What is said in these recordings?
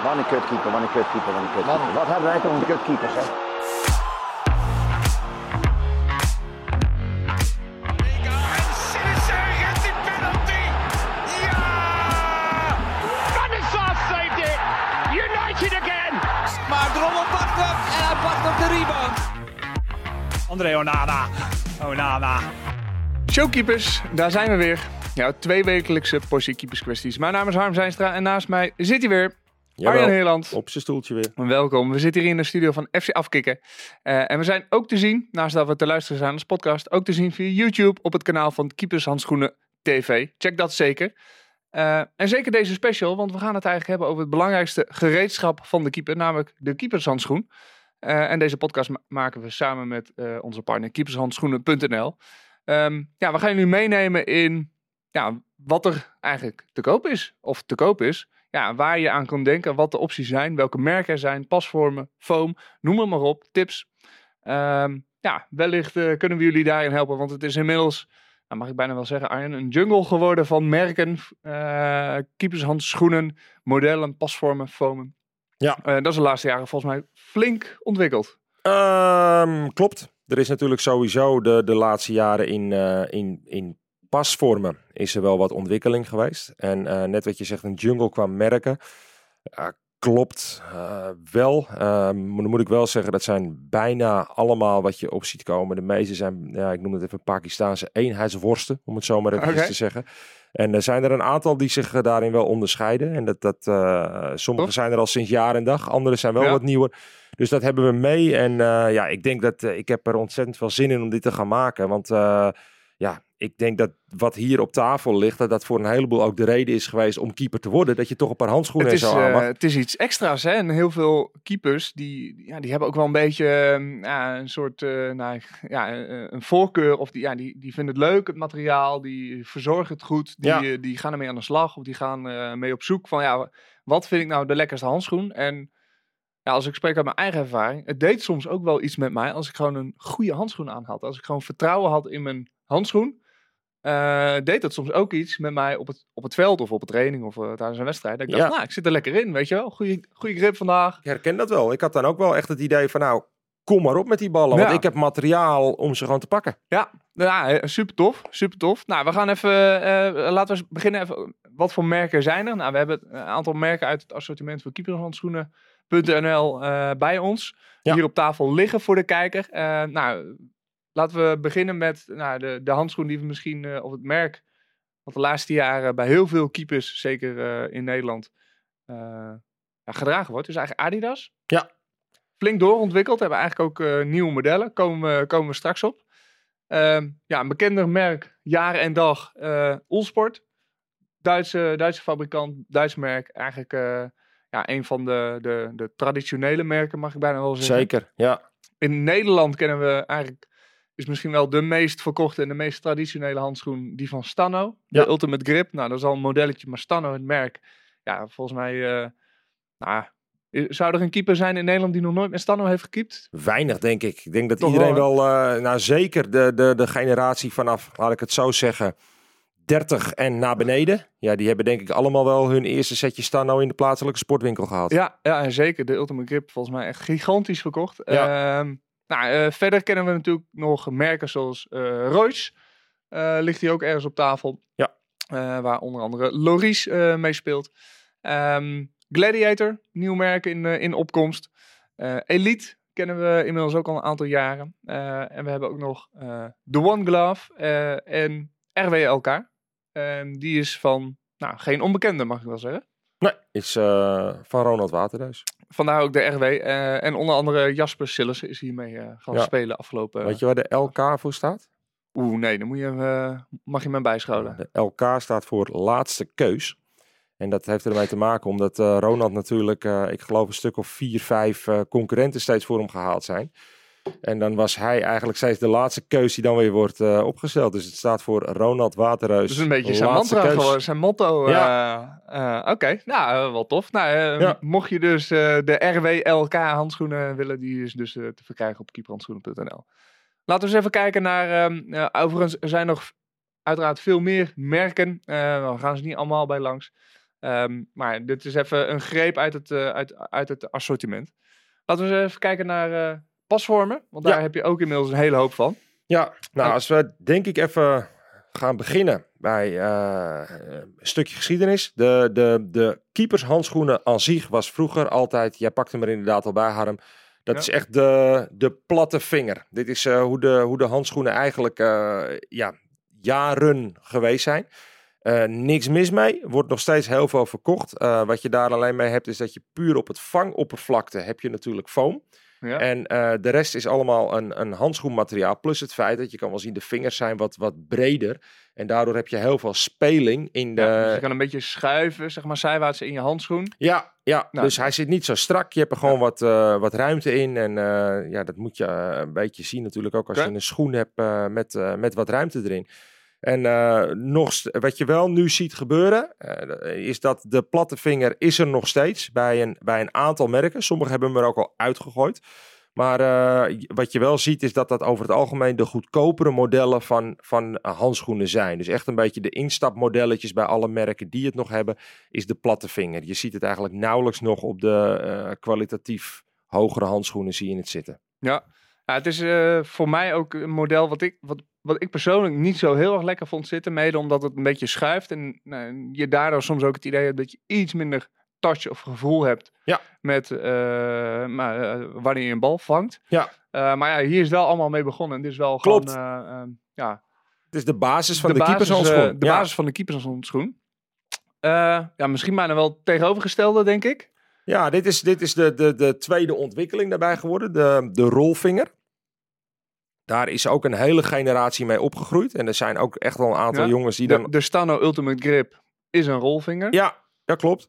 Wat een kutkeeper. Man. Wat hebben wij toch een kutkeepers, hè? Maar Drommel pakt hem en hij pakt op de rebound. André Onana. Showkeepers, daar zijn we weer. Ja, 2 wekelijkse portie keeperskwesties. Mijn naam is Harm Zijnstra en naast mij zit hij weer. Jawel, Arjan Heerland. op zijn stoeltje weer. Welkom, we zitten hier in de studio van FC Afkikken. En we zijn ook te zien, naast dat we te luisteren zijn als podcast, ook te zien via YouTube op het kanaal van Keepershandschoenen TV. Check dat zeker. En zeker deze special, want we gaan het eigenlijk hebben over het belangrijkste gereedschap van de keeper, namelijk de keepershandschoen. En deze podcast maken we samen met onze partner keepershandschoenen.nl. We gaan jullie meenemen in wat er eigenlijk te koop is. Ja, waar je aan kan denken, wat de opties zijn, welke merken er zijn, pasvormen, foam, noem het maar op, tips. Wellicht kunnen we jullie daarin helpen, want het is inmiddels, mag ik bijna wel zeggen, Arjen, een jungle geworden van merken, keepershandschoenen, modellen, pasvormen, foamen. Ja. Dat is de laatste jaren volgens mij flink ontwikkeld. Klopt. Er is natuurlijk sowieso de laatste jaren in pasvormen is er wel wat ontwikkeling geweest. En net wat je zegt, een jungle qua merken. Klopt wel. Dan moet ik wel zeggen, dat zijn bijna allemaal wat je op ziet komen. De meeste zijn, ik noem het even Pakistaanse eenheidsworsten, om het zo maar even te zeggen. En er zijn er een aantal die zich daarin wel onderscheiden. En sommige zijn er al sinds jaar en dag. Andere zijn wel wat nieuwer. Dus dat hebben we mee. En ik denk dat ik heb er ontzettend veel zin in om dit te gaan maken. Want ik denk dat wat hier op tafel ligt, dat voor een heleboel ook de reden is geweest om keeper te worden. Dat je toch een paar handschoenen en zo aan mag. Het is iets extra's, hè. En heel veel keepers, die hebben ook wel een beetje een soort, een voorkeur. Of die vinden het leuk, het materiaal. Die verzorgen het goed. Die gaan ermee aan de slag. Of die gaan mee op zoek van, wat vind ik nou de lekkerste handschoen? En als ik spreek uit mijn eigen ervaring, het deed soms ook wel iets met mij als ik gewoon een goede handschoen aan had. Als ik gewoon vertrouwen had in mijn handschoen, deed dat soms ook iets met mij op het veld of op de training of tijdens een wedstrijd. Dat ik dacht, ik zit er lekker in, weet je wel. Goeie grip vandaag. Ik herken dat wel. Ik had dan ook wel echt het idee van, kom maar op met die ballen. Want ik heb materiaal om ze gewoon te pakken. Ja, super tof. Nou, we gaan even, laten we beginnen even. Wat voor merken zijn er? Nou, we hebben een aantal merken uit het assortiment van keepershandschoenen.nl bij ons. Ja. Hier op tafel liggen voor de kijker. Laten we beginnen met de handschoen die we misschien, of het merk, wat de laatste jaren bij heel veel keepers, zeker in Nederland, gedragen wordt. Dus eigenlijk Adidas. Ja. Flink doorontwikkeld. Hebben eigenlijk ook nieuwe modellen. Komen we straks op. Een bekender merk, jaar en dag, Uhlsport. Duitse fabrikant, Duits merk. Eigenlijk een van de traditionele merken, mag ik bijna wel zeggen. Zeker, ja. In Nederland kennen we eigenlijk, is misschien wel de meest verkochte en de meest traditionele handschoen, die van Stanno. De Ultimate Grip. Nou, dat is al een modelletje, maar Stanno, het merk. Ja, volgens mij, zou er een keeper zijn in Nederland die nog nooit met Stanno heeft gekiept? Weinig, denk ik. Ik denk dat iedereen wel, zeker de generatie vanaf, laat ik het zo zeggen, 30 en naar beneden. Ja, die hebben denk ik allemaal wel hun eerste setje Stanno in de plaatselijke sportwinkel gehad. Ja, en zeker. De Ultimate Grip volgens mij echt gigantisch verkocht. Ja. Verder kennen we natuurlijk nog merken zoals Royce. Ligt hier ook ergens op tafel. Ja. Waar onder andere Loris mee speelt. Gladiator, nieuw merk in opkomst. Elite kennen we inmiddels ook al een aantal jaren. En we hebben ook nog The One Glove en RWLK. Die is van, geen onbekende, mag ik wel zeggen. Nee, is van Ronald Waterhuis. Vandaar ook de RW. En onder andere Jasper Sillissen is hiermee gaan spelen afgelopen. Weet je waar de LK voor staat? Nee, dan mag je me bijscholen. De LK staat voor laatste keus. En dat heeft ermee te maken omdat Ronald natuurlijk, ik geloof een stuk of 4, 5 concurrenten steeds voor hem gehaald zijn. En dan was hij eigenlijk steeds de laatste keus die dan weer wordt opgesteld. Dus het staat voor Ronald Waterhuis. Dat is een beetje zijn mantra geworden, zijn motto. Oké, wel tof. Mocht je dus de RWLK handschoenen willen, die is dus te verkrijgen op keeperhandschoenen.nl. Laten we eens even kijken naar, overigens er zijn nog uiteraard veel meer merken. We gaan ze niet allemaal bij langs. Maar dit is even een greep uit het assortiment. Laten we eens even kijken naar pasvormen. Want daar heb je ook inmiddels een hele hoop van. Ja, nou als we denk ik even gaan beginnen bij een stukje geschiedenis. De keepershandschoenen aan zich was vroeger altijd, jij pakt hem er inderdaad al bij, Harm. Dat is echt de platte vinger. Dit is hoe de handschoenen eigenlijk jaren geweest zijn. Niks mis mee. Wordt nog steeds heel veel verkocht. Wat je daar alleen mee hebt is dat je puur op het vangoppervlakte heb je natuurlijk foam. Ja. En de rest is allemaal een handschoenmateriaal. Plus het feit dat je kan wel zien de vingers zijn wat breder. En daardoor heb je heel veel speling in de... Ja, dus je kan een beetje schuiven, zeg maar, zijwaarts in je handschoen. Ja, nou, dus hij zit niet zo strak. Je hebt er gewoon wat ruimte in. En dat moet je een beetje zien natuurlijk ook als je een schoen hebt met wat ruimte erin. En wat je wel nu ziet gebeuren, is dat de platte vinger is er nog steeds bij een aantal merken. Sommigen hebben hem er ook al uitgegooid. Maar wat je wel ziet is dat over het algemeen de goedkopere modellen van handschoenen zijn. Dus echt een beetje de instapmodelletjes bij alle merken die het nog hebben, is de platte vinger. Je ziet het eigenlijk nauwelijks nog op de kwalitatief hogere handschoenen zie je het zitten. Ja, het is voor mij ook een model wat ik persoonlijk niet zo heel erg lekker vond zitten. Mede omdat het een beetje schuift. En je daardoor soms ook het idee hebt dat je iets minder touch of gevoel hebt. Ja. Met wanneer je een bal vangt. Ja. Maar hier is het wel allemaal mee begonnen. En dit is wel Klopt. gewoon... het is de basis van de keepershandschoen. De basis van de keepershandschoen. Misschien bijna wel het tegenovergestelde, denk ik. Ja, dit is de tweede ontwikkeling daarbij geworden. De rolvinger. Daar is ook een hele generatie mee opgegroeid. En er zijn ook echt wel een aantal jongens die de Stano Ultimate Grip is een rolvinger. Ja, dat klopt.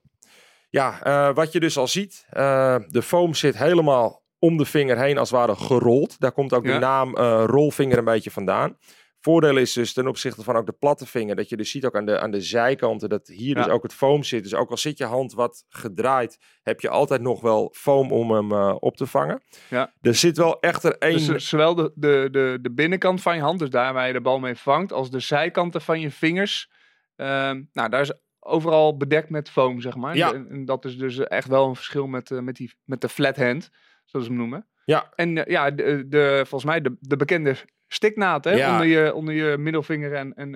Ja, wat je dus al ziet. De foam zit helemaal om de vinger heen als het ware gerold. Daar komt ook de naam rolvinger een beetje vandaan. Voordeel is dus ten opzichte van ook de platte vinger, dat je dus ziet ook aan de zijkanten dat hier dus ook het foam zit. Dus ook al zit je hand wat gedraaid, heb je altijd nog wel foam om hem op te vangen. Ja. Er zit wel echter één... Dus zowel de binnenkant van je hand, dus daar waar je de bal mee vangt, als de zijkanten van je vingers. Daar is overal bedekt met foam, zeg maar. Ja. En dat is dus echt wel een verschil met de flat hand, zoals ze hem noemen. Ja. En volgens mij de bekende stiknaad, hè? Ja. Onder je middelvinger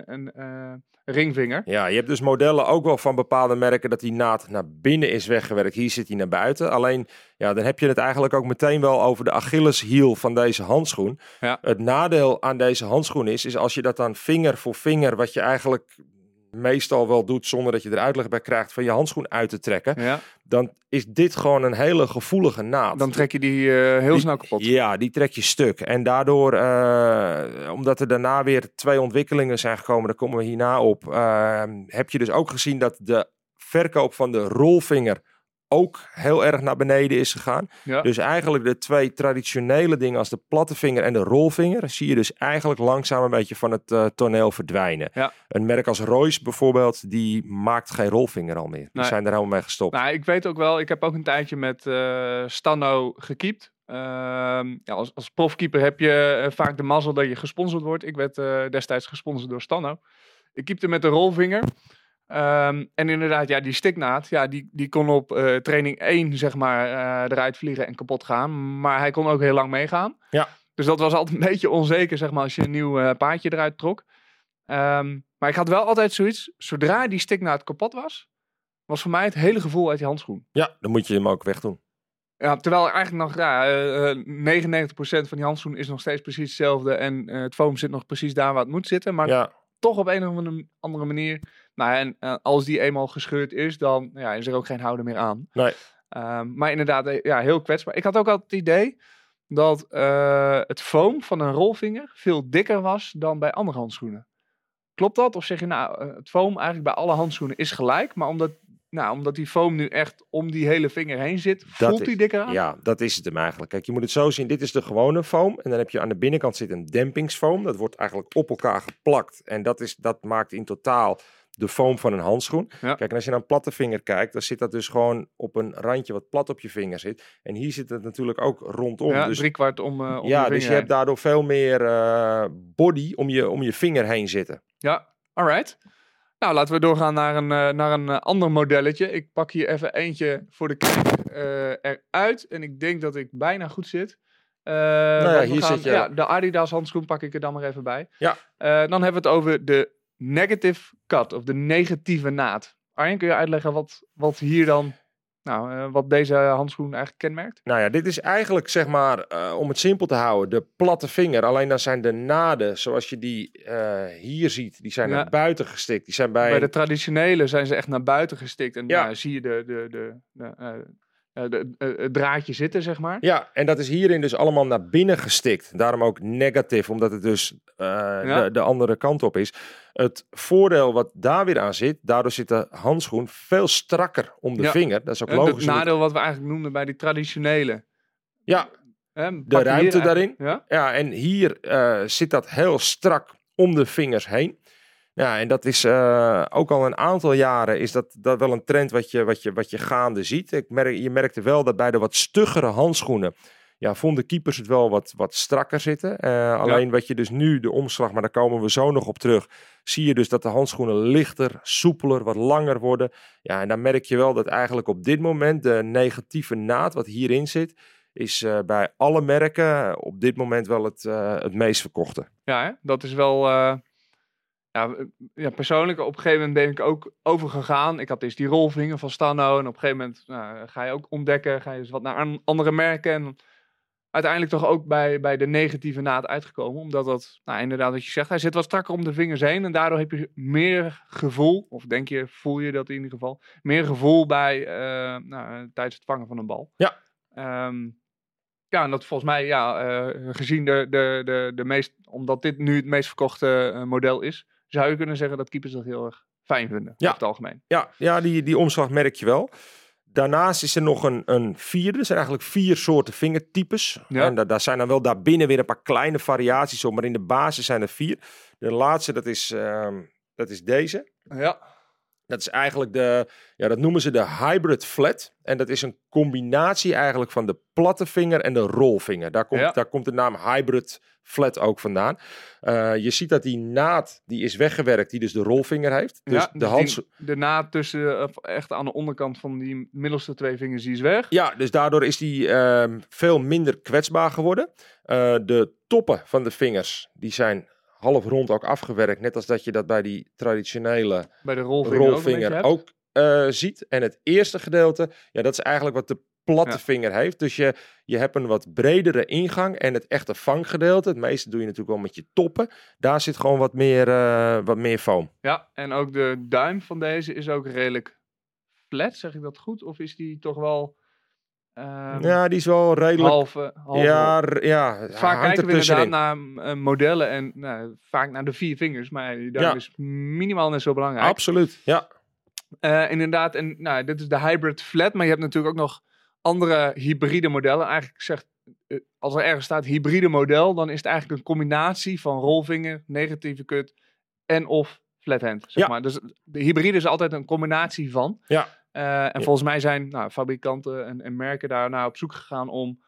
en ringvinger. Ja, je hebt dus modellen ook wel van bepaalde merken dat die naad naar binnen is weggewerkt. Hier zit hij naar buiten. Alleen, dan heb je het eigenlijk ook meteen wel over de Achilleshiel van deze handschoen. Ja. Het nadeel aan deze handschoen is als je dat dan vinger voor vinger, wat je eigenlijk meestal wel doet zonder dat je er uitleg bij krijgt, van je handschoen uit te trekken, dan is dit gewoon een hele gevoelige naad. Dan trek je die heel snel kapot. Ja, die trek je stuk. En daardoor, omdat er daarna weer 2 ontwikkelingen zijn gekomen, daar komen we hierna op, heb je dus ook gezien dat de verkoop van de rolvinger ook heel erg naar beneden is gegaan. Ja. Dus eigenlijk de 2 traditionele dingen als de platte vinger en de rolvinger zie je dus eigenlijk langzaam een beetje van het toneel verdwijnen. Ja. Een merk als Royce bijvoorbeeld, die maakt geen rolvinger al meer. Die zijn er helemaal mee gestopt. Nou, ik weet ook wel, ik heb ook een tijdje met Stano gekiept. Als profkeeper heb je vaak de mazzel dat je gesponsord wordt. Ik werd destijds gesponsord door Stano. Ik keepte met de rolvinger. En inderdaad, die stiknaad, die kon op training 1 zeg maar eruit vliegen en kapot gaan. Maar hij kon ook heel lang meegaan. Ja. Dus dat was altijd een beetje onzeker, zeg maar, als je een nieuw paardje eruit trok. Maar ik had wel altijd zoiets, zodra die stiknaad kapot was voor mij het hele gevoel uit die handschoen. Ja, dan moet je hem ook wegdoen. Ja, terwijl eigenlijk nog 99% van die handschoen is nog steeds precies hetzelfde. En het foam zit nog precies daar waar het moet zitten. Maar toch op een of andere manier. Nou, en als die eenmaal gescheurd is, dan is er ook geen houden meer aan. Nee. Maar inderdaad, heel kwetsbaar. Ik had ook altijd het idee dat het foam van een rolvinger veel dikker was dan bij andere handschoenen. Klopt dat? Of zeg je het foam eigenlijk bij alle handschoenen is gelijk, maar omdat die foam nu echt om die hele vinger heen zit, voelt die dikker aan? Ja, dat is het hem eigenlijk. Kijk, je moet het zo zien. Dit is de gewone foam. En dan heb je aan de binnenkant zit een dempingsfoam. Dat wordt eigenlijk op elkaar geplakt. En dat maakt in totaal de foam van een handschoen. Ja. Kijk, en als je naar een platte vinger kijkt, dan zit dat dus gewoon op een randje wat plat op je vinger zit. En hier zit het natuurlijk ook rondom. Ja, dus 3/4 om je vinger dus je hebt daardoor veel meer body om je vinger heen zitten. Ja, alright. Nou, laten we doorgaan naar een ander modelletje. Ik pak hier even eentje voor de kijk eruit. En ik denk dat ik bijna goed zit. Hier zit je. Ja, de Adidas handschoen pak ik er dan maar even bij. Ja. Dan hebben we het over de negative cut, of de negatieve naad. Arjen, kun je uitleggen wat hier dan, wat deze handschoen eigenlijk kenmerkt? Nou ja, dit is eigenlijk zeg maar, om het simpel te houden, de platte vinger. Alleen dan zijn de naden, zoals je die hier ziet, die zijn naar buiten gestikt. Die zijn bij de traditionele zijn ze echt naar buiten gestikt. En zie je het draadje zitten, zeg maar. Ja, en dat is hierin dus allemaal naar binnen gestikt. Daarom ook negatief, omdat het dus de andere kant op is. Het voordeel wat daar weer aan zit, daardoor zit de handschoen veel strakker om de vinger. Dat is ook logisch. Het nadeel wat we eigenlijk noemden bij die traditionele. Ja, de ruimte daarin. Ja, en hier zit dat heel strak om de vingers heen. Ja, en dat is ook al een aantal jaren is dat wel een trend wat je gaande ziet. Je merkte wel dat bij de wat stuggere handschoenen, vonden keepers het wel wat strakker zitten. Alleen wat je dus nu, de omslag, maar daar komen we zo nog op terug, zie je dus dat de handschoenen lichter, soepeler, wat langer worden. Ja, en dan merk je wel dat eigenlijk op dit moment de negatieve naad wat hierin zit, is bij alle merken op dit moment wel het meest verkochte. Ja, hè? Dat is wel... persoonlijk, op een gegeven moment ben ik ook overgegaan. Ik had eerst die rolvinger van Stanno. En op een gegeven moment ga je ook ontdekken. Ga je eens wat naar andere merken. En uiteindelijk toch ook bij de negatieve naad uitgekomen. Omdat dat, inderdaad wat je zegt, hij zit wat strakker om de vingers heen. En daardoor heb je meer gevoel, of voel je dat in ieder geval, meer gevoel bij tijdens het vangen van een bal. Ja. En dat volgens mij, gezien de meest, omdat dit nu het meest verkochte model is, zou je kunnen zeggen dat keepers dat heel erg fijn vinden, op het algemeen. Ja, die omslag merk je wel. Daarnaast is er nog een vierde. Er zijn eigenlijk 4 soorten vingertypes. Ja. En daar zijn dan wel daarbinnen weer een paar kleine variaties op, maar in de basis zijn er 4. De laatste, dat is deze. Ja. Dat is eigenlijk dat noemen ze de hybrid flat. En dat is een combinatie eigenlijk van de platte vinger en de rolvinger. Daar komt de naam hybrid flat ook vandaan. Je ziet dat die naad, die is weggewerkt, die dus de rolvinger heeft. Dus de naad tussen, echt aan de onderkant van die middelste 2 vingers, die is weg. Ja, dus daardoor is die veel minder kwetsbaar geworden. De toppen van de vingers, die zijn half rond ook afgewerkt. Net als dat je dat bij die traditionele bij de rolvinger ook ziet. En het eerste gedeelte, dat is eigenlijk wat de platte vinger heeft. Dus je hebt een wat bredere ingang en het echte vanggedeelte. Het meeste doe je natuurlijk wel met je toppen. Daar zit gewoon wat meer foam. Ja, en ook de duim van deze is ook redelijk flat. Zeg ik dat goed? Of is die toch wel... die is wel redelijk... Halve ja. Vaak kijken we inderdaad naar modellen en vaak naar de 4 vingers. Maar die duim is minimaal net zo belangrijk. Absoluut, ja. Inderdaad, en dit is de hybrid flat. Maar je hebt natuurlijk ook nog andere hybride modellen. Eigenlijk zegt, als er ergens staat hybride model, dan is het eigenlijk een combinatie van rolvinger, negatieve cut en of flathand. Zeg maar. Dus de hybride is altijd een combinatie van. Ja. En volgens mij zijn fabrikanten en merken daar op zoek gegaan om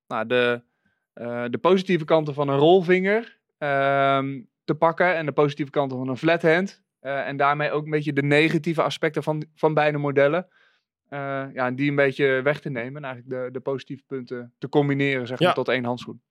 de positieve kanten van een rolvinger te pakken en de positieve kanten van een flathand. En daarmee ook een beetje de negatieve aspecten van beide modellen. Die een beetje weg te nemen en eigenlijk de positieve punten te combineren, zeg maar, tot 1 handschoen.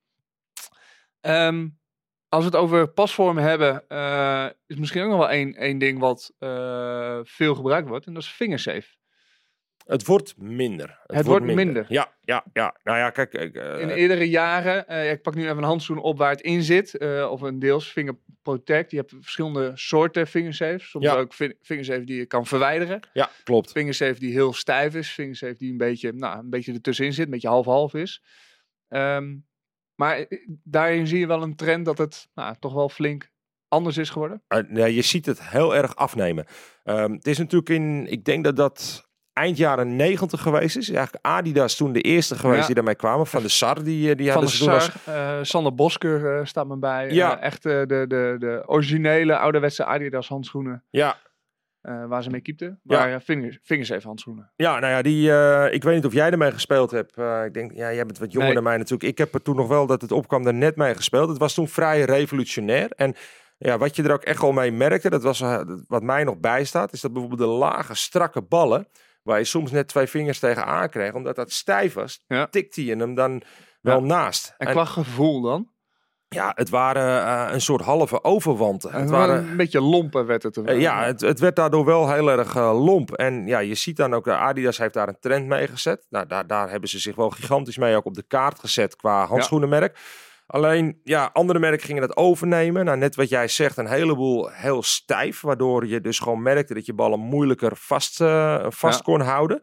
Als we het over pasvormen hebben, is misschien ook nog wel één ding wat veel gebruikt wordt. En dat is fingersafe. Het wordt minder. Het wordt minder. Ja. Nou ja, kijk. In eerdere jaren, ik pak nu even een handschoen op waar het in zit. Of een deels Finger Protect. Je hebt verschillende soorten fingersafes. Soms ook fingersafe die je kan verwijderen. Ja, klopt. Fingersafe die heel stijf is. Fingersafe die een beetje ertussenin zit. Een beetje half-half is. Maar daarin zie je wel een trend dat het toch wel flink anders is geworden. Je ziet het heel erg afnemen. Het is natuurlijk ik denk dat eind jaren 90 geweest is. Eigenlijk Adidas toen de eerste geweest die daarmee kwamen. Van de SAR. Die van de SAR. Sander Bosker staat me bij. Ja. Echt de originele ouderwetse Adidas handschoenen. Ja. Waar ze mee keepten. Maar fingersafe handschoenen. Ja, nou ja, ik weet niet of jij ermee gespeeld hebt. Ik denk, jij bent wat jonger dan mij natuurlijk. Ik heb er toen nog wel dat het opkwam er net mee gespeeld. Het was toen vrij revolutionair. En Ja, wat je er ook echt al mee merkte, dat was wat mij nog bijstaat, is dat bijvoorbeeld de lage, strakke ballen, waar je soms net 2 vingers tegenaan kreeg, omdat dat stijf was, tikte je hem dan wel naast. En qua gevoel dan? Ja, het waren een soort halve overwanten. Het waren een beetje lompen werd het. Het werd daardoor wel heel erg lomp. En ja, je ziet dan ook, Adidas heeft daar een trend mee gezet. Nou, daar hebben ze zich wel gigantisch mee ook op de kaart gezet qua handschoenenmerk. Alleen, ja, andere merken gingen dat overnemen. Nou, net wat jij zegt, een heleboel heel stijf. Waardoor je dus gewoon merkte dat je ballen moeilijker vast kon houden.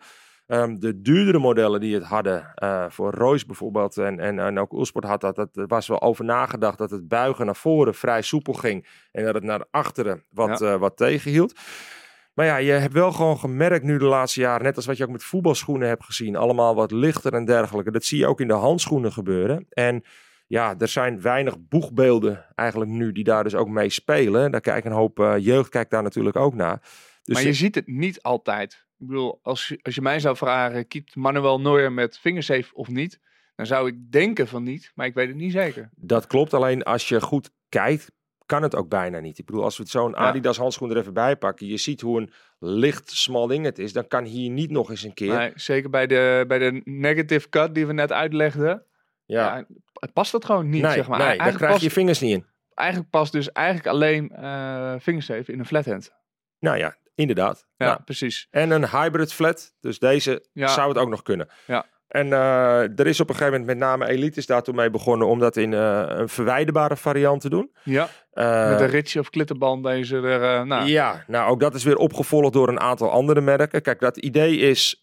De duurdere modellen die het hadden, voor Royce bijvoorbeeld en ook Uhlsport had dat was wel over nagedacht dat het buigen naar voren vrij soepel ging en dat het naar achteren wat tegenhield. Maar ja, je hebt wel gewoon gemerkt nu de laatste jaren, net als wat je ook met voetbalschoenen hebt gezien, allemaal wat lichter en dergelijke. Dat zie je ook in de handschoenen gebeuren. En ja, er zijn weinig boegbeelden eigenlijk nu die daar dus ook mee spelen. Daar kijkt een hoop jeugd kijkt daar natuurlijk ook naar. Dus maar je ziet het niet altijd. Ik bedoel, als je mij zou vragen, keept Manuel Neuer met fingersafe of niet? Dan zou ik denken van niet, maar ik weet het niet zeker. Dat klopt, alleen als je goed kijkt, kan het ook bijna niet. Ik bedoel, als we zo'n Adidas handschoen er even bij pakken, je ziet hoe een licht smal ding het is, dan kan hier niet nog eens een keer. Nee, zeker bij de negative cut die we net uitlegden. Ja, het past dat gewoon niet, zeg maar. Nee, daar krijg je je vingers niet in. Eigenlijk past dus alleen fingersafe in een flathand. Nou ja, inderdaad. Ja, nou, precies. En een hybrid flat, dus deze zou het ook nog kunnen. Ja. En er is op een gegeven moment met name Elite is daartoe mee begonnen om dat in een verwijderbare variant te doen. Ja, met een ritje of klittenband deze er... Ja, nou ook dat is weer opgevolgd door een aantal andere merken. Kijk, dat idee is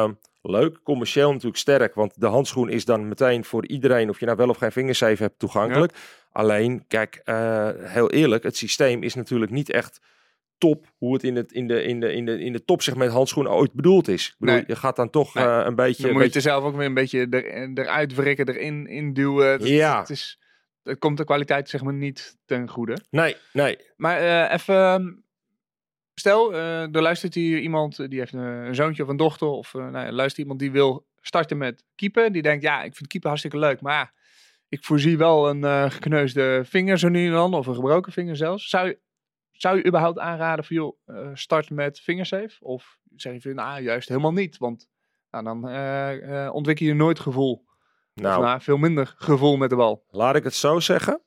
leuk, commercieel natuurlijk sterk, want de handschoen is dan meteen voor iedereen, of je nou wel of geen vingersafe hebt, toegankelijk. Ja. Alleen, kijk, heel eerlijk, het systeem is natuurlijk niet echt top hoe het in de topsegment handschoenen ooit bedoeld is. Ik bedoel, je gaat dan toch een beetje... Dan moet je het er zelf ook weer een beetje eruit wrikken, erin induwen. Het komt de kwaliteit zeg maar niet ten goede. Nee. Maar even... Stel, er luistert hier iemand die heeft een zoontje of een dochter. Of luistert iemand die wil starten met keepen. Die denkt, ja, ik vind keepen hartstikke leuk. Maar ik voorzie wel een gekneusde vinger zo nu en dan. Of een gebroken vinger zelfs. Zou je überhaupt aanraden van, joh, start met fingersafe? Of zeg je van, juist helemaal niet. Want dan ontwikkel je nooit gevoel. Of veel minder gevoel met de bal. Laat ik het zo zeggen.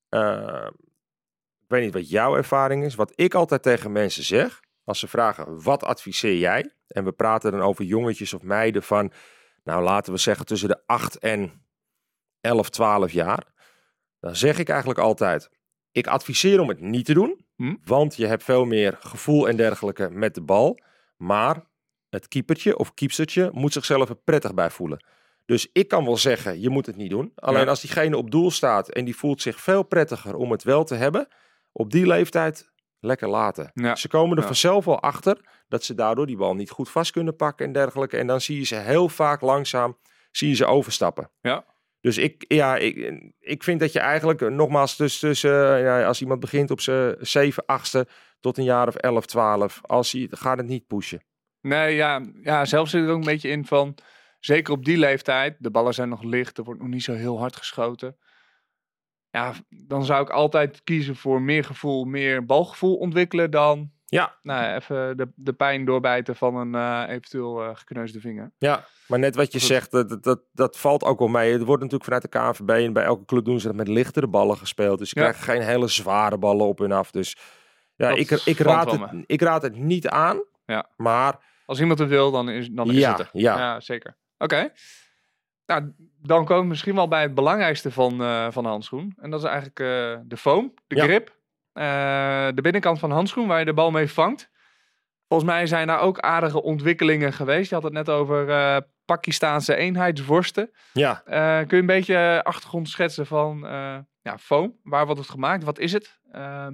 Ik weet niet wat jouw ervaring is. Wat ik altijd tegen mensen zeg, als ze vragen, wat adviseer jij? En we praten dan over jongetjes of meiden van, nou laten we zeggen tussen de 8 en 11, 12 jaar. Dan zeg ik eigenlijk altijd, ik adviseer om het niet te doen. Want je hebt veel meer gevoel en dergelijke met de bal. Maar het keepertje of keepstertje moet zichzelf er prettig bij voelen. Dus ik kan wel zeggen, je moet het niet doen. Alleen als diegene op doel staat en die voelt zich veel prettiger om het wel te hebben, op die leeftijd lekker laten. Ja. Ze komen er vanzelf wel achter dat ze daardoor die bal niet goed vast kunnen pakken en dergelijke. En dan zie je ze heel vaak langzaam overstappen. Ja. Dus ik vind dat je eigenlijk nogmaals tussen als iemand begint op zijn 7, 8e tot een jaar of 11, 12, gaat het niet pushen. Nee, ja, zelf zit er ook een beetje in van, zeker op die leeftijd, de ballen zijn nog licht, er wordt nog niet zo heel hard geschoten. Ja, dan zou ik altijd kiezen voor meer gevoel, meer balgevoel ontwikkelen dan even de pijn doorbijten van een eventueel gekneusde vinger. Ja, maar net wat je zegt, dat valt ook wel mee. Het wordt natuurlijk vanuit de KNVB en bij elke club doen ze dat met lichtere ballen gespeeld. Dus je krijgt geen hele zware ballen op en af. Dus ja, ik raad het niet aan. Ja. Maar als iemand het wil, dan is het er. Ja, zeker. Oké. Nou, dan komen we misschien wel bij het belangrijkste van de handschoen. En dat is eigenlijk de foam, de grip. De binnenkant van de handschoen waar je de bal mee vangt. Volgens mij zijn daar ook aardige ontwikkelingen geweest. Je had het net over Pakistaanse eenheidsworsten. Ja. Kun je een beetje achtergrond schetsen van foam? Waar wordt het gemaakt? Wat is het?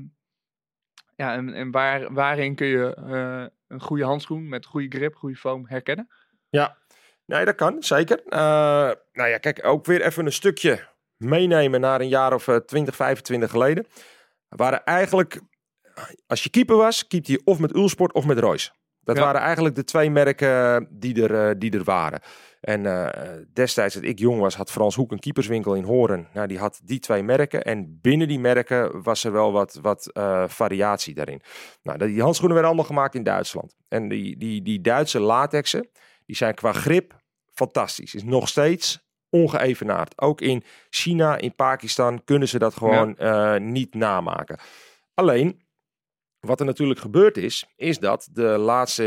En waarin kun je een goede handschoen met goede grip, goede foam herkennen? Ja. Nee, dat kan, zeker. Kijk, ook weer even een stukje meenemen naar een jaar of 20, 25 geleden. Waren eigenlijk, als je keeper was, keepte je of met Uhlsport of met Royce. Dat waren eigenlijk de 2 merken die er waren. En destijds dat ik jong was, had Frans Hoek een keeperswinkel in Hoorn. Nou, die had die 2 merken. En binnen die merken was er wel wat variatie daarin. Nou, die handschoenen werden allemaal gemaakt in Duitsland. En die Duitse latexen, die zijn qua grip fantastisch. Is nog steeds ongeëvenaard. Ook in China, in Pakistan kunnen ze dat gewoon niet namaken. Alleen, wat er natuurlijk gebeurd is dat de laatste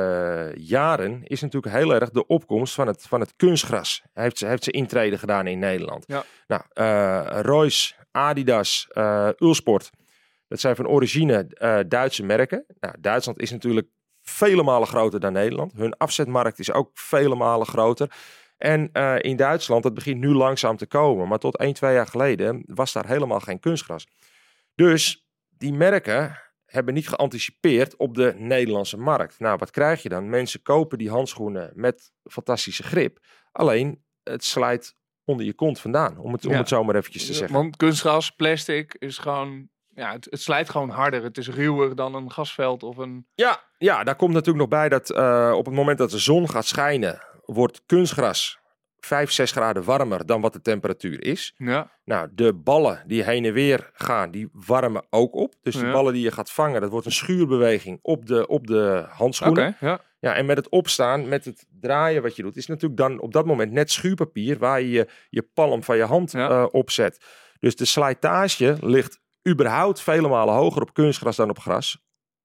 jaren is natuurlijk heel erg de opkomst van het kunstgras. Heeft ze intrede gedaan in Nederland. Ja. Nou, Royce, Adidas, Ulsport, dat zijn van origine Duitse merken. Nou, Duitsland is natuurlijk vele malen groter dan Nederland. Hun afzetmarkt is ook vele malen groter. En in Duitsland, dat begint nu langzaam te komen. Maar tot 1-2 jaar geleden was daar helemaal geen kunstgras. Dus die merken hebben niet geanticipeerd op de Nederlandse markt. Nou, wat krijg je dan? Mensen kopen die handschoenen met fantastische grip. Alleen, het slijt onder je kont vandaan, om het zo maar eventjes te zeggen. Want kunstgras, plastic, is gewoon... Ja, het slijt gewoon harder. Het is ruwer dan een gasveld of een... Ja, daar komt natuurlijk nog bij dat op het moment dat de zon gaat schijnen, wordt kunstgras 5-6 graden warmer dan wat de temperatuur is. Ja. Nou, de ballen die heen en weer gaan, die warmen ook op. Dus die ballen die je gaat vangen, dat wordt een schuurbeweging op de handschoenen. Okay, ja, en met het opstaan, met het draaien wat je doet, is natuurlijk dan op dat moment net schuurpapier waar je palm van je hand op zet. Dus de slijtage ligt überhaupt vele malen hoger op kunstgras dan op gras.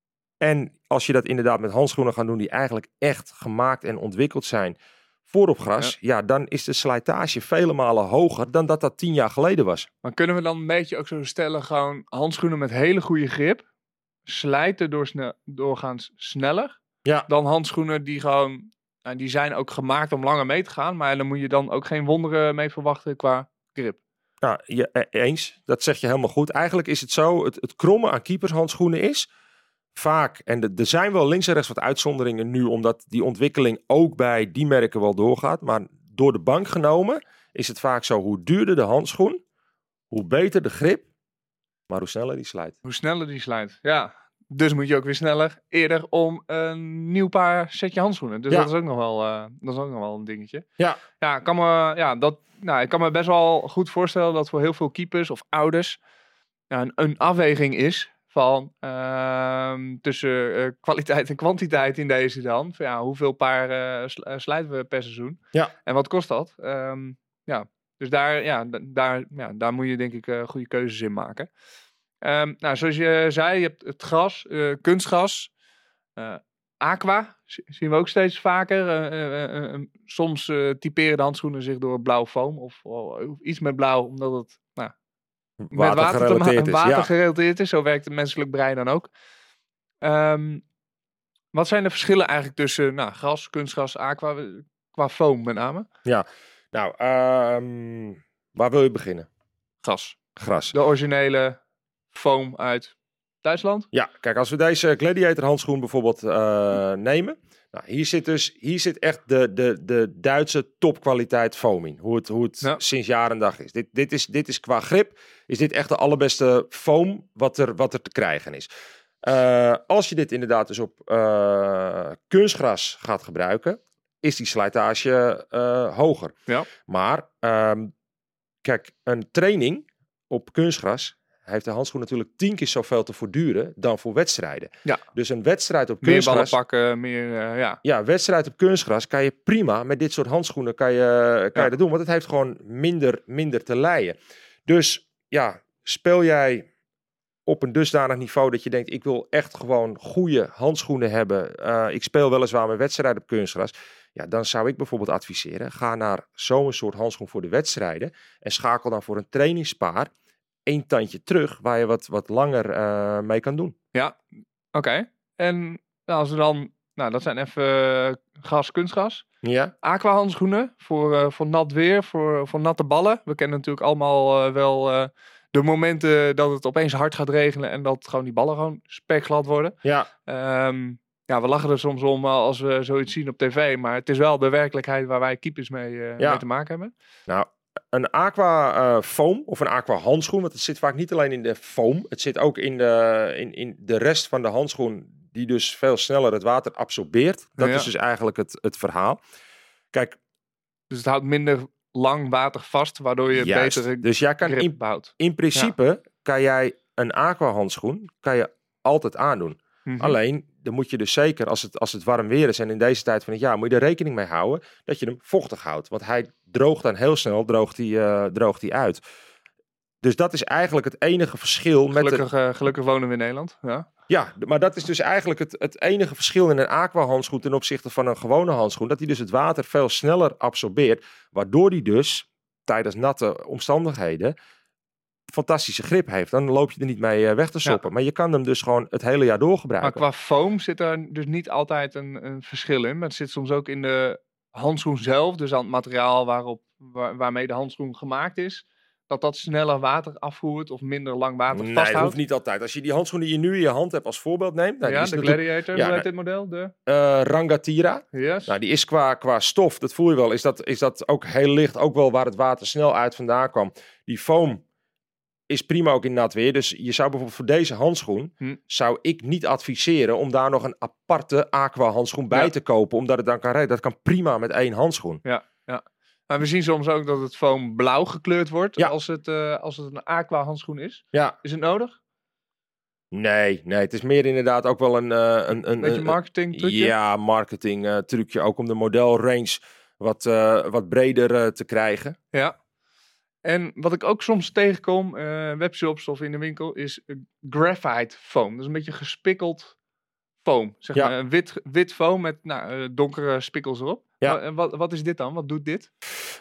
En als je dat inderdaad met handschoenen gaat doen die eigenlijk echt gemaakt en ontwikkeld zijn voor op gras, dan is de slijtage vele malen hoger dan dat 10 jaar geleden was. Maar kunnen we dan een beetje ook zo stellen, gewoon handschoenen met hele goede grip slijten doorgaans sneller dan handschoenen die gewoon, die zijn ook gemaakt om langer mee te gaan, maar dan moet je dan ook geen wonderen mee verwachten qua grip. Nou, eens. Dat zeg je helemaal goed. Eigenlijk is het zo, het kromme aan keepershandschoenen is vaak, en er zijn wel links en rechts wat uitzonderingen nu, omdat die ontwikkeling ook bij die merken wel doorgaat, maar door de bank genomen is het vaak zo, hoe duurder de handschoen, hoe beter de grip, maar hoe sneller die slijt. Hoe sneller die slijt, ja. Dus moet je ook weer eerder om een nieuw paar setje handschoenen. Dus dat is ook nog wel een dingetje. Ja. Ja, ik kan me best wel goed voorstellen dat voor heel veel keepers of ouders een afweging is van tussen kwaliteit en kwantiteit in deze dan. Van, hoeveel paar slijten we per seizoen? Ja. En wat kost dat? Dus daar moet je denk ik goede keuzes in maken. Zoals je zei, je hebt het gras, kunstgras, aqua, zien we ook steeds vaker. Soms typeren de handschoenen zich door blauw foam of iets met blauw, omdat het met water gerelateerd is. Zo werkt het menselijk brein dan ook. Wat zijn de verschillen eigenlijk tussen gras, kunstgras, aqua, qua foam met name? Ja, nou, waar wil je beginnen? Gras. De originele foam uit Duitsland? Ja, kijk, als we deze Gladiator handschoen bijvoorbeeld nemen. Nou, hier zit echt de Duitse topkwaliteit foam in. Hoe het sinds jaar en dag is. Dit is qua grip, is dit echt de allerbeste foam wat er te krijgen is. Als je dit inderdaad dus op kunstgras gaat gebruiken, is die slijtage hoger. Ja. Maar kijk, een training op kunstgras heeft de handschoen natuurlijk 10 keer zoveel te voortduren dan voor wedstrijden. Ja. Dus een wedstrijd op kunstgras... Meer ballen pakken, meer... Ja, wedstrijd op kunstgras kan je prima met dit soort handschoenen kan je dat doen. Want het heeft gewoon minder te lijden. Dus speel jij op een dusdanig niveau dat je denkt, ik wil echt gewoon goede handschoenen hebben. Ik speel weliswaar mijn wedstrijd op kunstgras. Ja, dan zou ik bijvoorbeeld adviseren, ga naar zo'n soort handschoen voor de wedstrijden en schakel dan voor een trainingspaar 1 tandje terug, waar je wat langer mee kan doen. Ja, oké. En als we dan, dat zijn even kunstgras. Ja. Aqua handschoenen voor nat weer, voor natte ballen. We kennen natuurlijk allemaal wel de momenten dat het opeens hard gaat regenen en dat gewoon die ballen gewoon spekglad worden. Ja. We lachen er soms om als we zoiets zien op tv, maar het is wel de werkelijkheid waar wij keepers mee te maken hebben. Nou, een aqua foam of een aqua handschoen, want het zit vaak niet alleen in de foam, het zit ook in de rest van de handschoen die dus veel sneller het water absorbeert. Dat Ja. is dus eigenlijk het verhaal. Kijk, Dus het houdt minder lang water vast, waardoor je juist. betere Dus jij kan grip behoudt. in principe kan jij een aquahandschoen kan je altijd aandoen. Mhm. Alleen, dan moet je dus zeker, als het warm weer is en in deze tijd van het jaar, moet je er rekening mee houden dat je hem vochtig houdt. Want hij droogt dan heel snel, droogt hij uit. Dus dat is eigenlijk het enige verschil met Gelukkig wonen we in Nederland. Ja. Ja, maar dat is dus eigenlijk het enige verschil in een aquahandschoen ten opzichte van een gewone handschoen. Dat hij dus het water veel sneller absorbeert, waardoor hij dus tijdens natte omstandigheden fantastische grip heeft. Dan loop je er niet mee weg te soppen. Maar je kan hem dus gewoon het hele jaar door Maar gebruiken. qua foam zit er dus niet altijd een verschil in. Maar het zit soms ook in de handschoen zelf. Dus aan het materiaal waarmee de handschoen gemaakt is. Dat sneller water afvoert of minder lang water Nee, vasthoudt. hoeft niet altijd. Als je die handschoen die je nu in je hand hebt als voorbeeld neemt. Nou, Ja, die is de natuurlijk- Gladiator, ja, hoe heet nou, dit model? De Rangatira. Yes. Nou, die is qua stof, dat voel je wel, is dat ook heel licht. Ook wel waar het water snel uit vandaan kwam. Die foam is prima ook in nat weer. Dus je zou bijvoorbeeld voor deze handschoen, zou ik niet adviseren om daar nog een aparte aqua handschoen bij Ja. te kopen. Omdat het dan kan rijden. Dat kan prima met één handschoen. Ja. Maar we zien soms ook dat het foam blauw gekleurd wordt Ja. als het een aqua handschoen is. Ja, Is het nodig? nee, het is meer inderdaad ook wel een Beetje marketing trucje? Ja, marketing trucje. Ook om de modelrange wat breder te krijgen. Ja. En wat ik ook soms tegenkom, webshops of in de winkel, is graphite foam. Dat is een beetje gespikkeld foam. Zeg Ja. maar een wit foam met donkere spikkels erop. Ja. Wat is dit dan? Wat doet dit?